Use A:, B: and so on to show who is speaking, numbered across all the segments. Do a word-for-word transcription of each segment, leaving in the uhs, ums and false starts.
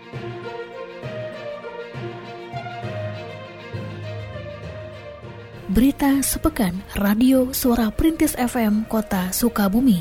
A: Berita sepekan Radio Suara Perintis F M Kota Sukabumi.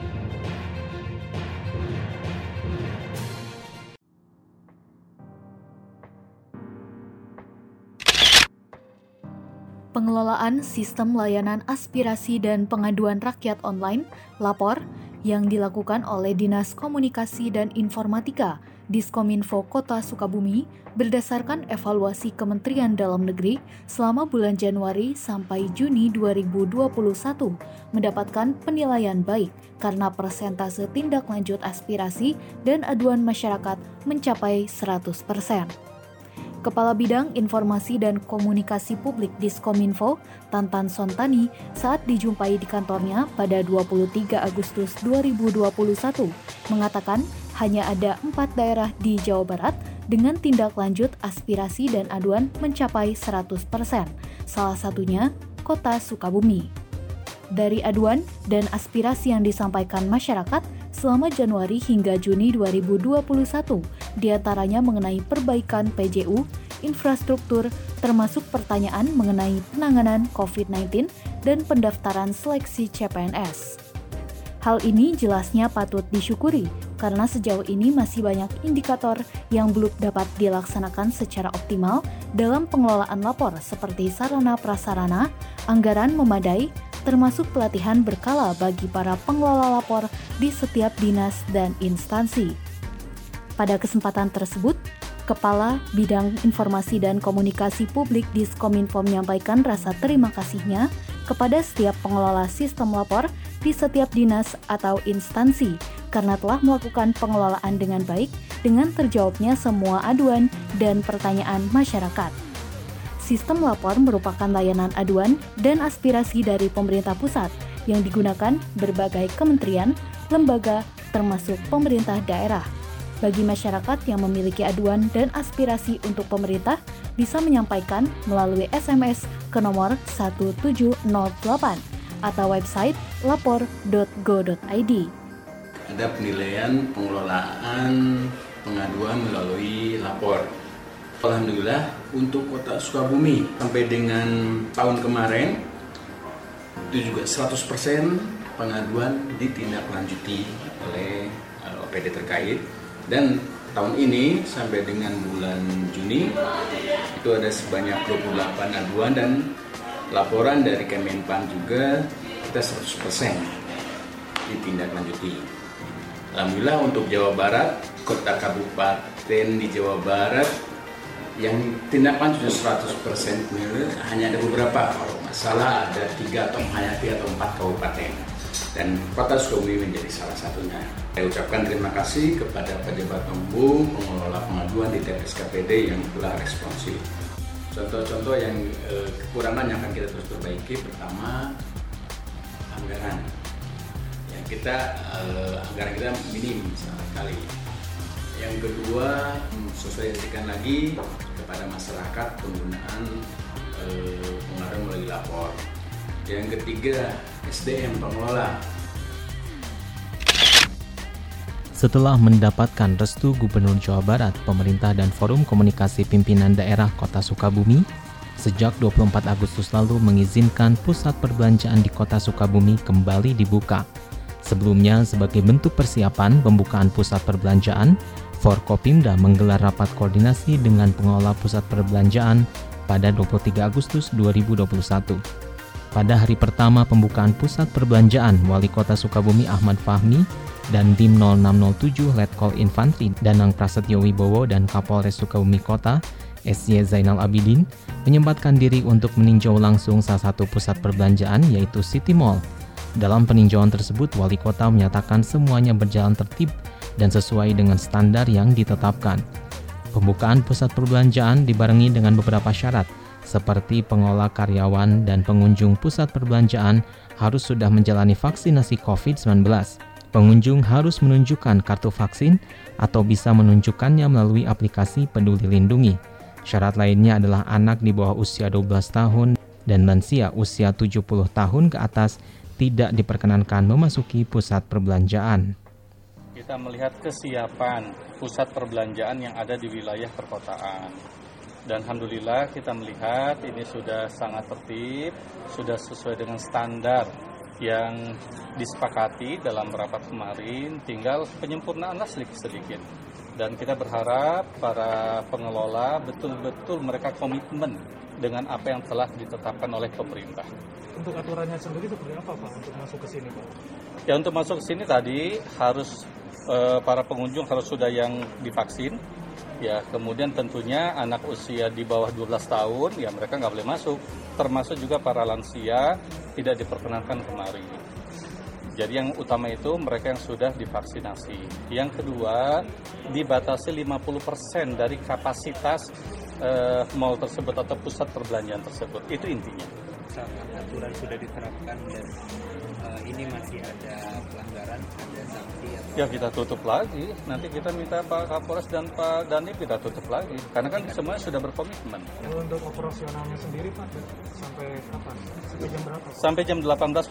A: Pengelolaan Sistem Layanan Aspirasi dan Pengaduan Rakyat Online (Lapor) yang dilakukan oleh Dinas Komunikasi dan Informatika Diskominfo Kota Sukabumi berdasarkan evaluasi Kementerian Dalam Negeri selama bulan Januari sampai Juni dua ribu dua puluh satu mendapatkan penilaian baik karena persentase tindak lanjut aspirasi dan aduan masyarakat mencapai seratus persen. Kepala Bidang Informasi dan Komunikasi Publik Diskominfo, Tantan Sontani, saat dijumpai di kantornya pada dua puluh tiga Agustus dua ribu dua puluh satu, mengatakan hanya ada empat daerah di Jawa Barat dengan tindak lanjut aspirasi dan aduan mencapai seratus persen, salah satunya Kota Sukabumi. Dari aduan dan aspirasi yang disampaikan masyarakat selama Januari hingga Juni dua ribu dua puluh satu, diantaranya mengenai perbaikan P J U, infrastruktur, termasuk pertanyaan mengenai penanganan covid sembilan belas dan pendaftaran seleksi C P N S. Hal ini jelasnya patut disyukuri, karena sejauh ini masih banyak indikator yang belum dapat dilaksanakan secara optimal dalam pengelolaan lapor seperti sarana prasarana, anggaran memadai, termasuk pelatihan berkala bagi para pengelola lapor di setiap dinas dan instansi. Pada kesempatan tersebut, Kepala Bidang Informasi dan Komunikasi Publik Diskominfo menyampaikan rasa terima kasihnya kepada setiap pengelola sistem lapor di setiap dinas atau instansi karena telah melakukan pengelolaan dengan baik dengan terjawabnya semua aduan dan pertanyaan masyarakat. Sistem lapor merupakan layanan aduan dan aspirasi dari pemerintah pusat yang digunakan berbagai kementerian, lembaga, termasuk pemerintah daerah. Bagi masyarakat yang memiliki aduan dan aspirasi untuk pemerintah bisa menyampaikan melalui S M S ke nomor satu tujuh nol delapan atau website lapor dot go dot i d.
B: Ada penilaian pengelolaan pengaduan melalui lapor. Alhamdulillah untuk Kota Sukabumi sampai dengan tahun kemarin itu juga seratus persen pengaduan ditindaklanjuti oleh O P D terkait. Dan tahun ini sampai dengan bulan Juni itu ada sebanyak dua puluh delapan aduan dan laporan dari Kemenpan juga kita seratus persen ditindaklanjuti. Alhamdulillah untuk Jawa Barat, kota kabupaten di Jawa Barat yang tindak lanjutnya seratus persen hanya ada beberapa, kalau nggak salah ada tiga atau hanya tiga atau empat kabupaten. Dan Kota Sukabumi menjadi salah satunya. Saya ucapkan terima kasih kepada pejabat umum, pengelola pengaduan di T P S K P D yang telah responsif. Contoh-contoh yang eh, kekurangan yang akan kita terus perbaiki, pertama anggaran. Yang kita eh, anggaran kita minim sekali. Yang kedua, sosialisasikan lagi kepada masyarakat penggunaan eh, pengaduan melalui lapor. Yang ketiga, S D M pengelola.
C: Setelah mendapatkan restu Gubernur Jawa Barat, pemerintah dan Forum Komunikasi Pimpinan Daerah Kota Sukabumi, sejak dua puluh empat Agustus lalu mengizinkan pusat perbelanjaan di Kota Sukabumi kembali dibuka. Sebelumnya, sebagai bentuk persiapan pembukaan pusat perbelanjaan, Forkopimda menggelar rapat koordinasi dengan pengelola pusat perbelanjaan pada dua puluh tiga Agustus dua ribu dua puluh satu. Pada hari pertama pembukaan pusat perbelanjaan, Wali Kota Sukabumi Ahmad Fahmi dan Dim nol enam nol tujuh Letkol Infantri Danang Prasetyo Wibowo dan Kapolres Sukabumi Kota S Y Zainal Abidin menyempatkan diri untuk meninjau langsung salah satu pusat perbelanjaan yaitu City Mall. Dalam peninjauan tersebut, Wali Kota menyatakan semuanya berjalan tertib dan sesuai dengan standar yang ditetapkan. Pembukaan pusat perbelanjaan dibarengi dengan beberapa syarat, seperti pengelola karyawan dan pengunjung pusat perbelanjaan harus sudah menjalani vaksinasi covid sembilan belas. Pengunjung harus menunjukkan kartu vaksin atau bisa menunjukkannya melalui aplikasi Peduli Lindungi. Syarat lainnya adalah anak di bawah usia dua belas tahun dan lansia usia tujuh puluh tahun ke atas tidak diperkenankan memasuki pusat perbelanjaan.
D: Kita melihat kesiapan pusat perbelanjaan yang ada di wilayah perkotaan. Dan alhamdulillah kita melihat ini sudah sangat tertib, sudah sesuai dengan standar yang disepakati dalam rapat kemarin, tinggal penyempurnaan sedikit-sedikit. Dan kita berharap para pengelola betul-betul mereka komitmen dengan apa yang telah ditetapkan oleh pemerintah.
E: Untuk aturannya sendiri seperti apa Pak untuk masuk ke sini Pak?
D: Ya untuk masuk ke sini tadi harus eh, para pengunjung harus sudah yang divaksin. Ya, kemudian tentunya anak usia di bawah dua belas tahun, ya mereka nggak boleh masuk. Termasuk juga para lansia tidak diperkenankan kemari. Jadi yang utama itu mereka yang sudah divaksinasi. Yang kedua, dibatasi lima puluh persen dari kapasitas eh, mall tersebut atau pusat perbelanjaan tersebut. Itu intinya.
F: Saat aturan sudah diterapkan dan uh, ini masih ada pelanggaran, ada sanksi atau
D: ya kita tutup lagi. Nanti kita minta Pak Kapolres dan Pak Dandim kita tutup lagi. Karena kan semuanya sudah berkomitmen.
E: Untuk operasionalnya sendiri Pak sampai kapan? Sampai jam berapa?
D: Sampai jam delapan belas.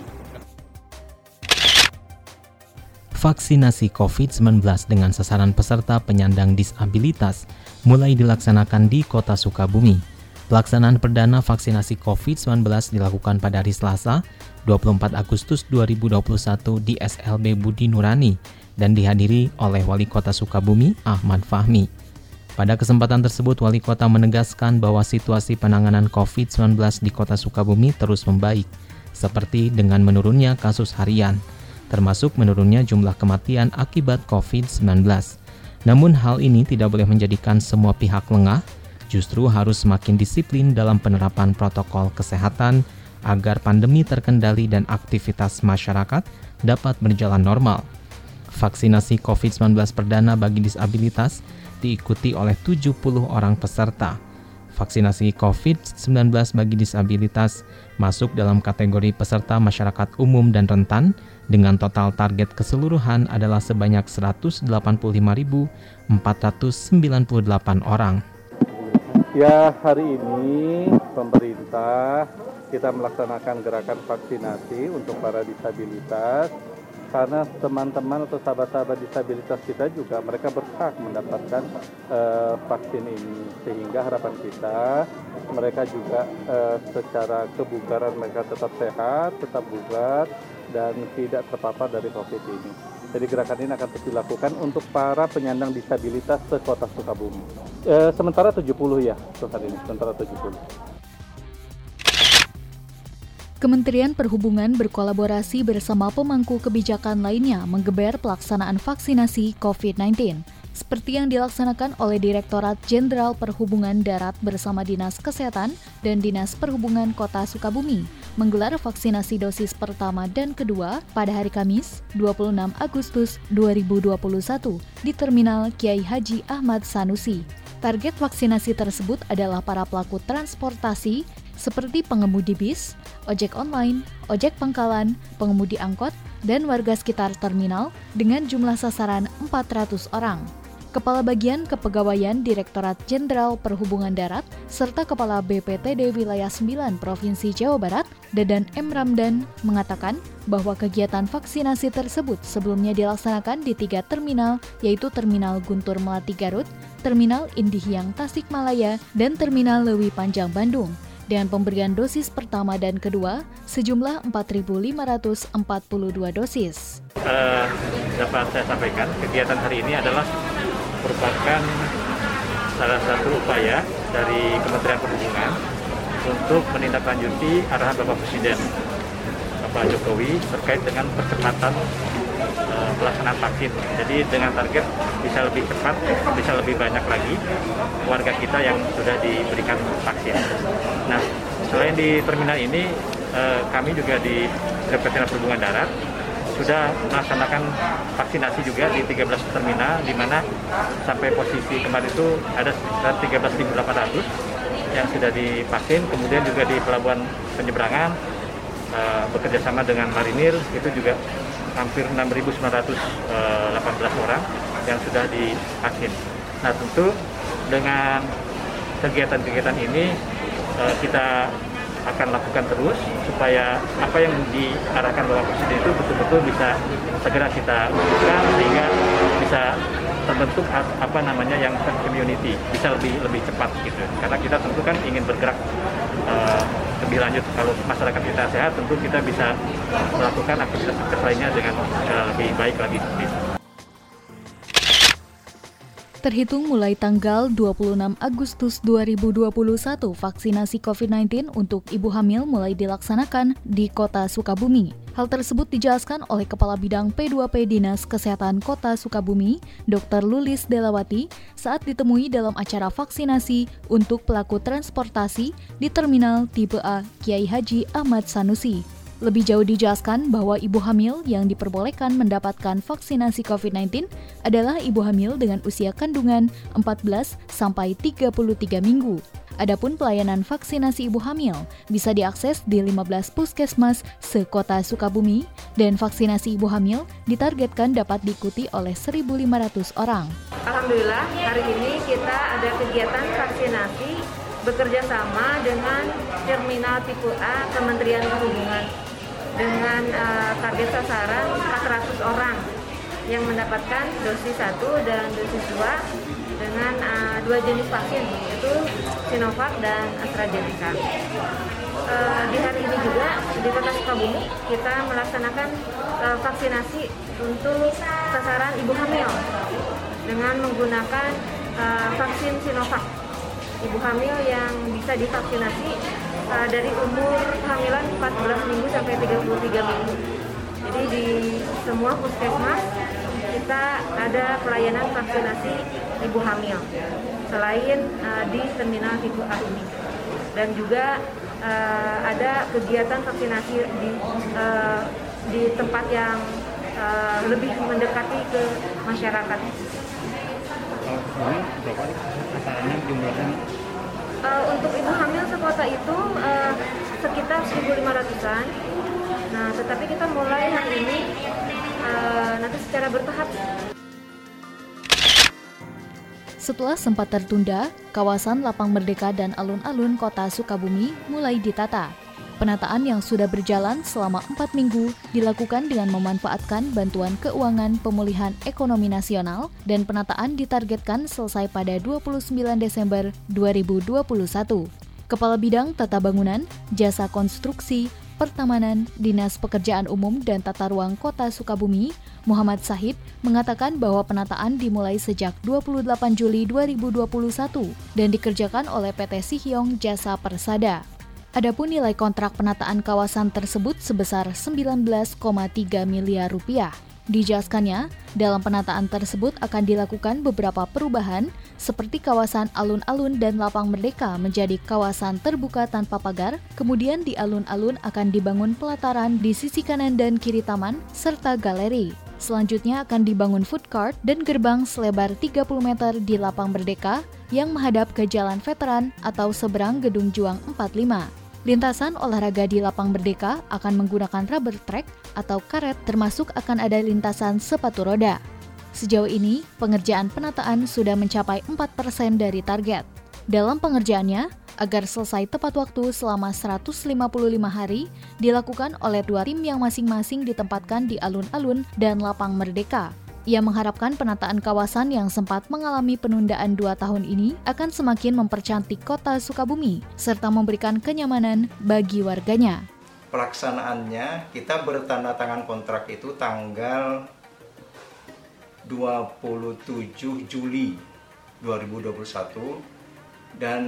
C: Vaksinasi covid sembilan belas dengan sasaran peserta penyandang disabilitas mulai dilaksanakan di Kota Sukabumi. Pelaksanaan perdana vaksinasi covid sembilan belas dilakukan pada hari Selasa, dua puluh empat Agustus dua ribu dua puluh satu di S L B Budi Nurani dan dihadiri oleh Wali Kota Sukabumi, Ahmad Fahmi. Pada kesempatan tersebut, Wali Kota menegaskan bahwa situasi penanganan covid sembilan belas di Kota Sukabumi terus membaik, seperti dengan menurunnya kasus harian, termasuk menurunnya jumlah kematian akibat covid sembilan belas. Namun hal ini tidak boleh menjadikan semua pihak lengah, justru harus semakin disiplin dalam penerapan protokol kesehatan agar pandemi terkendali dan aktivitas masyarakat dapat berjalan normal. Vaksinasi covid sembilan belas perdana bagi disabilitas diikuti oleh tujuh puluh orang peserta. Vaksinasi covid sembilan belas bagi disabilitas masuk dalam kategori peserta masyarakat umum dan rentan dengan total target keseluruhan adalah sebanyak seratus delapan puluh lima ribu empat ratus sembilan puluh delapan orang.
D: Ya, hari ini pemerintah kita melaksanakan gerakan vaksinasi untuk para disabilitas karena teman-teman atau sahabat-sahabat disabilitas kita juga mereka berhak mendapatkan uh, vaksin ini, sehingga harapan kita mereka juga uh, secara kebugaran mereka tetap sehat, tetap bugar dan tidak terpapar dari COVID ini. Jadi gerakan ini akan terus dilakukan untuk para penyandang disabilitas se-Kota Sukabumi. E, sementara tujuh puluh ya, saat ini, sementara tujuh puluh.
A: Kementerian Perhubungan berkolaborasi bersama pemangku kebijakan lainnya menggeber pelaksanaan vaksinasi covid sembilan belas. Seperti yang dilaksanakan oleh Direktorat Jenderal Perhubungan Darat bersama Dinas Kesehatan dan Dinas Perhubungan Kota Sukabumi menggelar vaksinasi dosis pertama dan kedua pada hari Kamis, dua puluh enam Agustus dua ribu dua puluh satu di Terminal Kiai Haji Ahmad Sanusi. Target vaksinasi tersebut adalah para pelaku transportasi seperti pengemudi bis, ojek online, ojek pangkalan, pengemudi angkot, dan warga sekitar terminal dengan jumlah sasaran empat ratus orang. Kepala Bagian Kepegawaian Direktorat Jenderal Perhubungan Darat serta Kepala B P T D Wilayah sembilan Provinsi Jawa Barat, Dadan M. Ramdan, mengatakan bahwa kegiatan vaksinasi tersebut sebelumnya dilaksanakan di tiga terminal, yaitu Terminal Guntur Melati Garut, Terminal Indihiyang Tasikmalaya, dan Terminal Lewi Panjang Bandung. Dengan pemberian dosis pertama dan kedua sejumlah empat ribu lima ratus empat puluh dua dosis.
G: Uh, dapat saya sampaikan, kegiatan hari ini adalah merupakan salah satu upaya dari Kementerian Perhubungan untuk menindaklanjuti arahan Bapak Presiden Bapak Jokowi terkait dengan percepatan uh, pelaksanaan vaksin. Jadi dengan target bisa lebih cepat, bisa lebih banyak lagi warga kita yang sudah diberikan vaksin. Nah, selain di terminal ini, uh, kami juga di Kementerian Perhubungan Darat sudah melaksanakan vaksinasi juga di tiga belas terminal, di mana sampai posisi kemarin itu ada sekitar tiga belas ribu delapan ratus yang sudah divaksin. Kemudian juga di pelabuhan penyeberangan uh, bekerjasama dengan Marinir itu juga hampir enam ribu sembilan ratus delapan belas orang yang sudah divaksin. Nah, tentu dengan kegiatan-kegiatan ini uh, kita akan lakukan terus supaya apa yang diarahkan Bapak Presiden itu betul-betul bisa segera kita lakukan sehingga bisa terbentuk apa namanya yang herd immunity, bisa lebih lebih cepat gitu. Karena kita tentu kan ingin bergerak uh, lebih lanjut. Kalau masyarakat kita sehat, tentu kita bisa melakukan aktivitas lainnya dengan uh, lebih baik lagi.
A: Terhitung mulai tanggal dua puluh enam Agustus dua ribu dua puluh satu, vaksinasi covid sembilan belas untuk ibu hamil mulai dilaksanakan di Kota Sukabumi. Hal tersebut dijelaskan oleh Kepala Bidang P dua P Dinas Kesehatan Kota Sukabumi, Dokter Lulis Delawati, saat ditemui dalam acara vaksinasi untuk pelaku transportasi di Terminal Tipe A Kiai Haji Ahmad Sanusi. Lebih jauh dijelaskan bahwa ibu hamil yang diperbolehkan mendapatkan vaksinasi covid sembilan belas adalah ibu hamil dengan usia kandungan empat belas sampai tiga puluh tiga minggu. Adapun pelayanan vaksinasi ibu hamil bisa diakses di lima belas puskesmas se-Kota Sukabumi dan vaksinasi ibu hamil ditargetkan dapat diikuti oleh seribu lima ratus orang.
H: Alhamdulillah, hari ini kita ada kegiatan vaksinasi bekerja sama dengan Terminal Tipe A Kementerian Perhubungan dengan uh, target sasaran empat ratus orang yang mendapatkan dosis satu dan dosis dua dengan uh, dua jenis vaksin, yaitu Sinovac dan AstraZeneca. Uh, di hari ini juga di Kota Sukabumi kita melaksanakan uh, vaksinasi untuk sasaran ibu hamil dengan menggunakan uh, vaksin Sinovac. Ibu hamil yang bisa divaksinasi uh, dari umur kehamilan empat belas minggu sampai tiga puluh tiga minggu. Jadi di semua puskesmas kita ada pelayanan vaksinasi ibu hamil selain uh, di Terminal Tipe A ini. Dan juga uh, ada kegiatan vaksinasi di uh, di tempat yang uh, lebih mendekati ke masyarakat.
F: Berapa sasarannya jumlahnya?
H: Uh, untuk ibu hamil sekota itu uh, sekitar seribu lima ratusan. Nah, tetapi kita mulai hari ini uh, nanti secara bertahap.
A: Setelah sempat tertunda, kawasan Lapang Merdeka dan alun-alun Kota Sukabumi mulai ditata. Penataan yang sudah berjalan selama empat minggu dilakukan dengan memanfaatkan bantuan keuangan pemulihan ekonomi nasional dan penataan ditargetkan selesai pada dua puluh sembilan Desember dua ribu dua puluh satu. Kepala Bidang Tata Bangunan, Jasa Konstruksi, Pertamanan, Dinas Pekerjaan Umum dan Tata Ruang Kota Sukabumi, Muhammad Sahid, mengatakan bahwa penataan dimulai sejak dua puluh delapan Juli dua ribu dua puluh satu dan dikerjakan oleh P T Sihyong Jasa Persada. Adapun nilai kontrak penataan kawasan tersebut sebesar sembilan belas koma tiga miliar rupiah. Dijelaskannya, dalam penataan tersebut akan dilakukan beberapa perubahan seperti kawasan alun-alun dan Lapang Merdeka menjadi kawasan terbuka tanpa pagar, kemudian di alun-alun akan dibangun pelataran di sisi kanan dan kiri taman, serta galeri. Selanjutnya akan dibangun food court dan gerbang selebar tiga puluh meter di Lapang Merdeka yang menghadap ke Jalan Veteran atau seberang Gedung Juang empat puluh lima. Lintasan olahraga di Lapang Merdeka akan menggunakan rubber track atau karet, termasuk akan ada lintasan sepatu roda. Sejauh ini, pengerjaan penataan sudah mencapai empat persen dari target. Dalam pengerjaannya, agar selesai tepat waktu selama seratus lima puluh lima hari, dilakukan oleh dua tim yang masing-masing ditempatkan di alun-alun dan Lapang Merdeka. Ia mengharapkan penataan kawasan yang sempat mengalami penundaan dua tahun ini akan semakin mempercantik Kota Sukabumi, serta memberikan kenyamanan bagi warganya.
I: Pelaksanaannya, kita bertanda tangan kontrak itu tanggal dua puluh tujuh Juli dua ribu dua puluh satu dan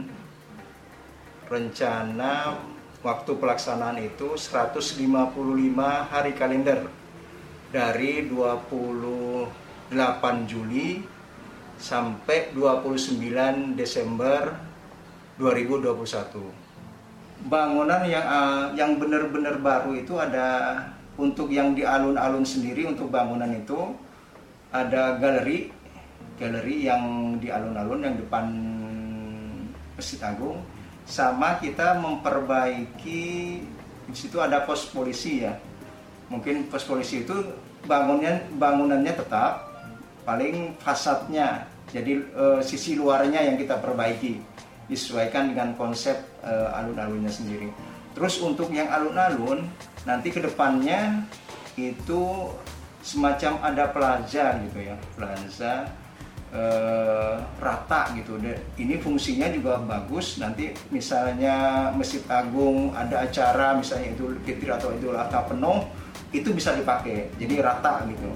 I: rencana waktu pelaksanaan itu seratus lima puluh lima hari kalender. Dari dua puluh delapan Juli sampai dua puluh sembilan Desember dua ribu dua puluh satu. Bangunan yang uh, yang benar-benar baru itu ada untuk yang di alun-alun sendiri, untuk bangunan itu ada galeri, galeri yang di alun-alun yang depan Masjid Agung, sama kita memperbaiki di situ ada pos polisi ya. Mungkin pos polisi itu bangunnya bangunannya tetap, paling fasadnya, jadi e, sisi luarnya yang kita perbaiki. disesuaikan dengan konsep uh, alun-alunnya sendiri. Terus untuk yang alun-alun nanti kedepannya itu semacam ada plaza gitu ya, plaza uh, rata gitu. Dan ini fungsinya juga bagus. Nanti misalnya Masjid Agung ada acara misalnya Idul Fitri atau Idul Adha penuh, itu bisa dipakai. Jadi rata gitu.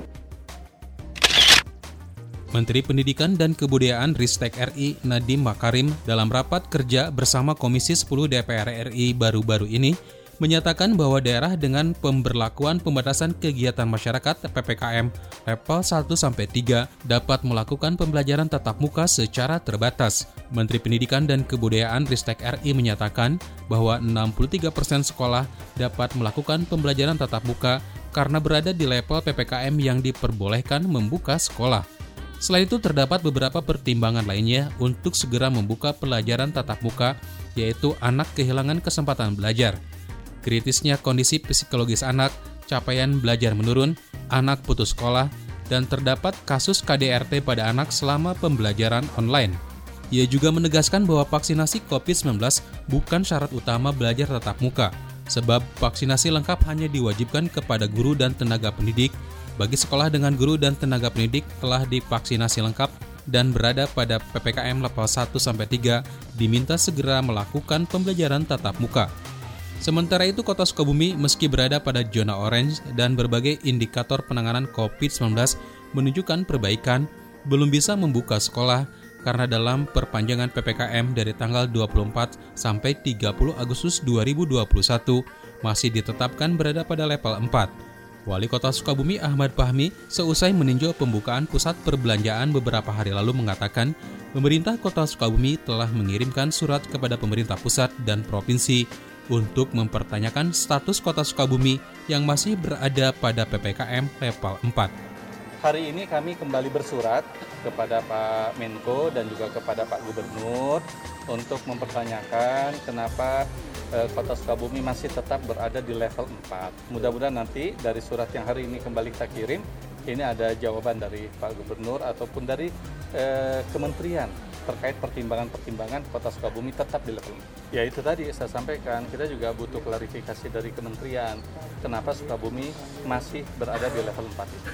J: Menteri Pendidikan dan Kebudayaan Ristek R I Nadiem Makarim dalam rapat kerja bersama Komisi sepuluh D P R R I baru-baru ini menyatakan bahwa daerah dengan pemberlakuan pembatasan kegiatan masyarakat P P K M level satu sampai tiga dapat melakukan pembelajaran tatap muka secara terbatas. Menteri Pendidikan dan Kebudayaan Ristek R I menyatakan bahwa enam puluh tiga persen sekolah dapat melakukan pembelajaran tatap muka karena berada di level P P K M yang diperbolehkan membuka sekolah. Selain itu, terdapat beberapa pertimbangan lainnya untuk segera membuka pelajaran tatap muka, yaitu anak kehilangan kesempatan belajar, kritisnya kondisi psikologis anak, capaian belajar menurun, anak putus sekolah, dan terdapat kasus K D R T pada anak selama pembelajaran online. Ia juga menegaskan bahwa vaksinasi covid sembilan belas bukan syarat utama belajar tatap muka, sebab vaksinasi lengkap hanya diwajibkan kepada guru dan tenaga pendidik. Bagi sekolah dengan guru dan tenaga pendidik telah divaksinasi lengkap dan berada pada P P K M level satu sampai tiga diminta segera melakukan pembelajaran tatap muka. Sementara itu, Kota Sukabumi meski berada pada zona orange dan berbagai indikator penanganan covid sembilan belas menunjukkan perbaikan, belum bisa membuka sekolah karena dalam perpanjangan P P K M dari tanggal dua puluh empat sampai tiga puluh Agustus dua ribu dua puluh satu masih ditetapkan berada pada level empat. Wali Kota Sukabumi Ahmad Fahmi seusai meninjau pembukaan pusat perbelanjaan beberapa hari lalu mengatakan pemerintah Kota Sukabumi telah mengirimkan surat kepada pemerintah pusat dan provinsi untuk mempertanyakan status Kota Sukabumi yang masih berada pada P P K M level empat.
D: Hari ini kami kembali bersurat kepada Pak Menko dan juga kepada Pak Gubernur untuk mempertanyakan kenapa Kota Sukabumi masih tetap berada di level empat. Mudah-mudahan nanti dari surat yang hari ini kembali kita kirim, ini ada jawaban dari Pak Gubernur ataupun dari eh, kementerian terkait pertimbangan-pertimbangan Kota Sukabumi tetap di level empat. Ya itu tadi saya sampaikan, kita juga butuh klarifikasi dari kementerian kenapa Sukabumi masih berada di level empat itu.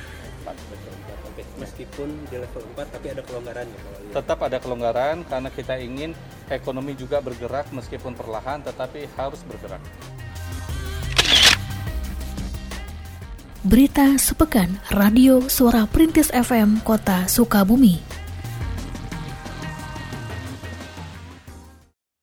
F: Meskipun di level empat tapi ada kelonggaran ya?
D: Tetap ada kelonggaran karena kita ingin ekonomi juga bergerak meskipun perlahan tetapi harus bergerak.
A: Berita sepekan Radio Suara Perintis F M Kota Sukabumi.